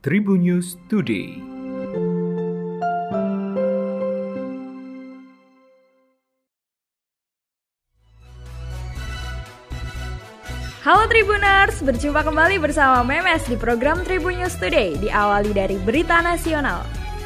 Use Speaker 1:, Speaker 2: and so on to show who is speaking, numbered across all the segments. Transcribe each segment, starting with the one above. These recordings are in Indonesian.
Speaker 1: Tribun News Today.
Speaker 2: Halo Tribuners, berjumpa kembali bersama Memes di program Tribun News Today, diawali dari berita nasional.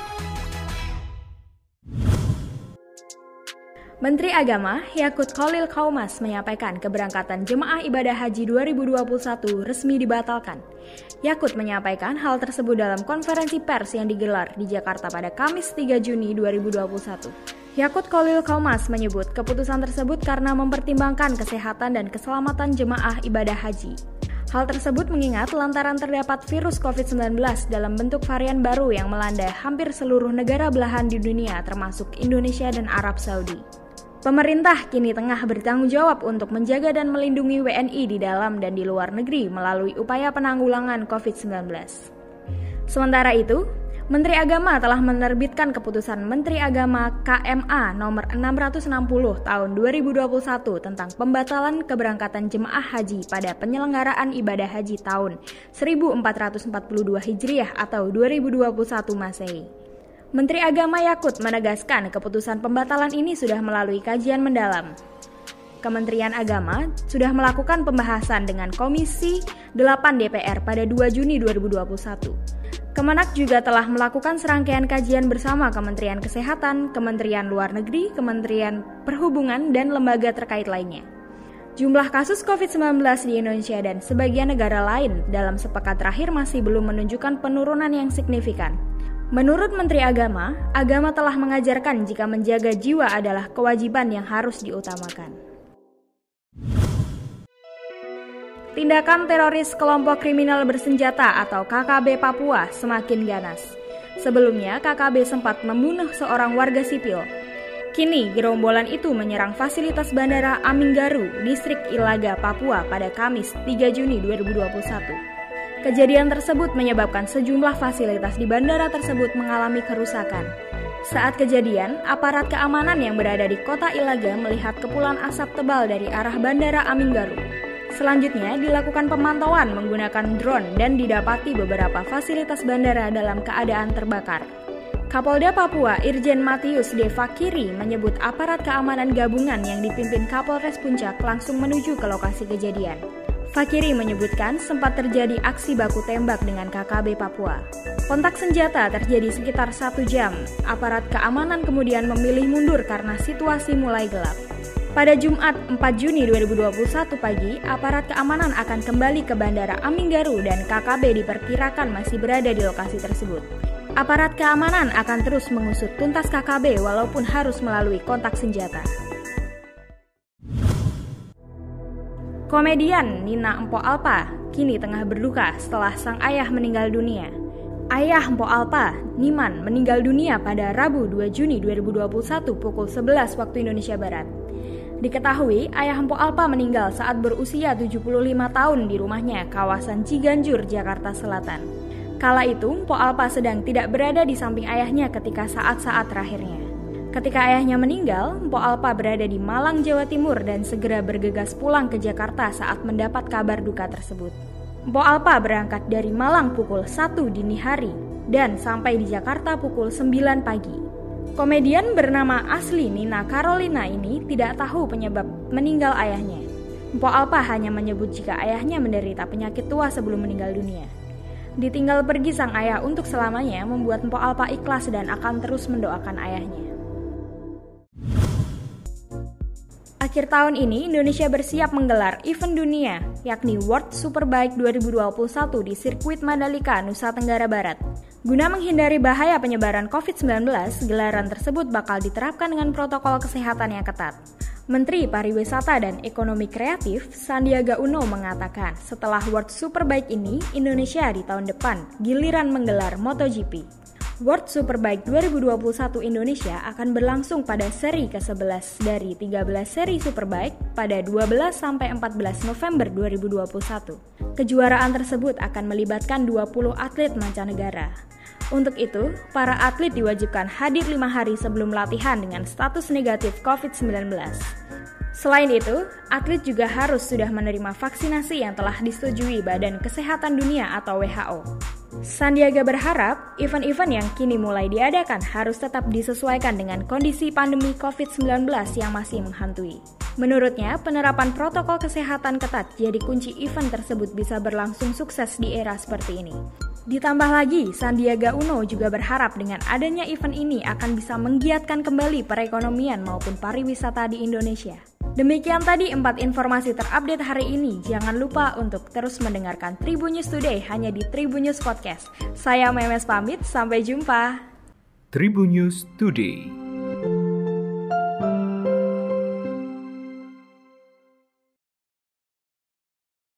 Speaker 2: Menteri Agama Yakut Khalil Qaumas menyampaikan keberangkatan jemaah ibadah haji 2021 resmi dibatalkan. Yakut menyampaikan hal tersebut dalam konferensi pers yang digelar di Jakarta pada Kamis 3 Juni 2021. Yakut Khalil Qaumas menyebut keputusan tersebut karena mempertimbangkan kesehatan dan keselamatan jemaah ibadah haji. Hal tersebut mengingat lantaran terdapat virus COVID-19 dalam bentuk varian baru yang melanda hampir seluruh negara belahan di dunia termasuk Indonesia dan Arab Saudi. Pemerintah kini tengah bertanggung jawab untuk menjaga dan melindungi WNI di dalam dan di luar negeri melalui upaya penanggulangan COVID-19. Sementara itu, Menteri Agama telah menerbitkan keputusan Menteri Agama KMA nomor 660 tahun 2021 tentang pembatalan keberangkatan jemaah haji pada penyelenggaraan ibadah haji tahun 1442 Hijriah atau 2021 Masehi. Menteri Agama Yakut menegaskan keputusan pembatalan ini sudah melalui kajian mendalam. Kementerian Agama sudah melakukan pembahasan dengan Komisi 8 DPR pada 2 Juni 2021. Kemenak juga telah melakukan serangkaian kajian bersama Kementerian Kesehatan, Kementerian Luar Negeri, Kementerian Perhubungan, dan lembaga terkait lainnya. Jumlah kasus COVID-19 di Indonesia dan sebagian negara lain dalam sepekan terakhir masih belum menunjukkan penurunan yang signifikan. Menurut Menteri Agama telah mengajarkan jika menjaga jiwa adalah kewajiban yang harus diutamakan. Tindakan teroris kelompok kriminal bersenjata atau KKB Papua semakin ganas. Sebelumnya, KKB sempat membunuh seorang warga sipil. Kini, gerombolan itu menyerang fasilitas Bandara Aminggaru, Distrik Ilaga, Papua pada Kamis 3 Juni 2021. Kejadian tersebut menyebabkan sejumlah fasilitas di bandara tersebut mengalami kerusakan. Saat kejadian, aparat keamanan yang berada di kota Ilaga melihat kepulan asap tebal dari arah Bandara Aminggaru. Selanjutnya, dilakukan pemantauan menggunakan drone dan didapati beberapa fasilitas bandara dalam keadaan terbakar. Kapolda Papua Irjen Matius D. Fakiri menyebut aparat keamanan gabungan yang dipimpin Kapolres Puncak langsung menuju ke lokasi kejadian. Fakiri menyebutkan sempat terjadi aksi baku tembak dengan KKB Papua. Kontak senjata terjadi sekitar 1 jam. Aparat keamanan kemudian memilih mundur karena situasi mulai gelap. Pada Jumat 4 Juni 2021 pagi, aparat keamanan akan kembali ke Bandara Aminggaru dan KKB diperkirakan masih berada di lokasi tersebut. Aparat keamanan akan terus mengusut tuntas KKB walaupun harus melalui kontak senjata. Komedian Nina Empo Alpa kini tengah berduka setelah sang ayah meninggal dunia. Ayah Empo Alpa, Niman, meninggal dunia pada Rabu 2 Juni 2021 pukul 11 waktu Indonesia Barat. Diketahui, ayah Empo Alpa meninggal saat berusia 75 tahun di rumahnya, kawasan Ciganjur, Jakarta Selatan. Kala itu, Empo Alpa sedang tidak berada di samping ayahnya ketika saat-saat terakhirnya. Ketika ayahnya meninggal, Empo Alpa berada di Malang, Jawa Timur dan segera bergegas pulang ke Jakarta saat mendapat kabar duka tersebut. Empo Alpa berangkat dari Malang pukul 1 dini hari dan sampai di Jakarta pukul 9 pagi. Komedian bernama asli Nina Carolina ini tidak tahu penyebab meninggal ayahnya. Empo Alpa hanya menyebut jika ayahnya menderita penyakit tua sebelum meninggal dunia. Ditinggal pergi sang ayah untuk selamanya membuat Empo Alpa ikhlas dan akan terus mendoakan ayahnya. Akhir tahun ini, Indonesia bersiap menggelar event dunia, yakni World Superbike 2021 di sirkuit Mandalika, Nusa Tenggara Barat. Guna menghindari bahaya penyebaran COVID-19, gelaran tersebut bakal diterapkan dengan protokol kesehatan yang ketat. Menteri Pariwisata dan Ekonomi Kreatif Sandiaga Uno mengatakan setelah World Superbike ini, Indonesia di tahun depan giliran menggelar MotoGP. World Superbike 2021 Indonesia akan berlangsung pada seri ke-11 dari 13 seri Superbike pada 12-14 November 2021. Kejuaraan tersebut akan melibatkan 20 atlet mancanegara. Untuk itu, para atlet diwajibkan hadir 5 hari sebelum latihan dengan status negatif COVID-19. Selain itu, atlet juga harus sudah menerima vaksinasi yang telah disetujui Badan Kesehatan Dunia atau WHO. Sandiaga berharap event-event yang kini mulai diadakan harus tetap disesuaikan dengan kondisi pandemi COVID-19 yang masih menghantui. Menurutnya, penerapan protokol kesehatan ketat jadi kunci event tersebut bisa berlangsung sukses di era seperti ini. Ditambah lagi, Sandiaga Uno juga berharap dengan adanya event ini akan bisa menggiatkan kembali perekonomian maupun pariwisata di Indonesia. Demikian tadi 4 informasi terupdate hari ini. Jangan lupa untuk terus mendengarkan Tribun News Today hanya di Tribun News Podcast. Saya Memes pamit, sampai jumpa.
Speaker 1: Tribun News Today.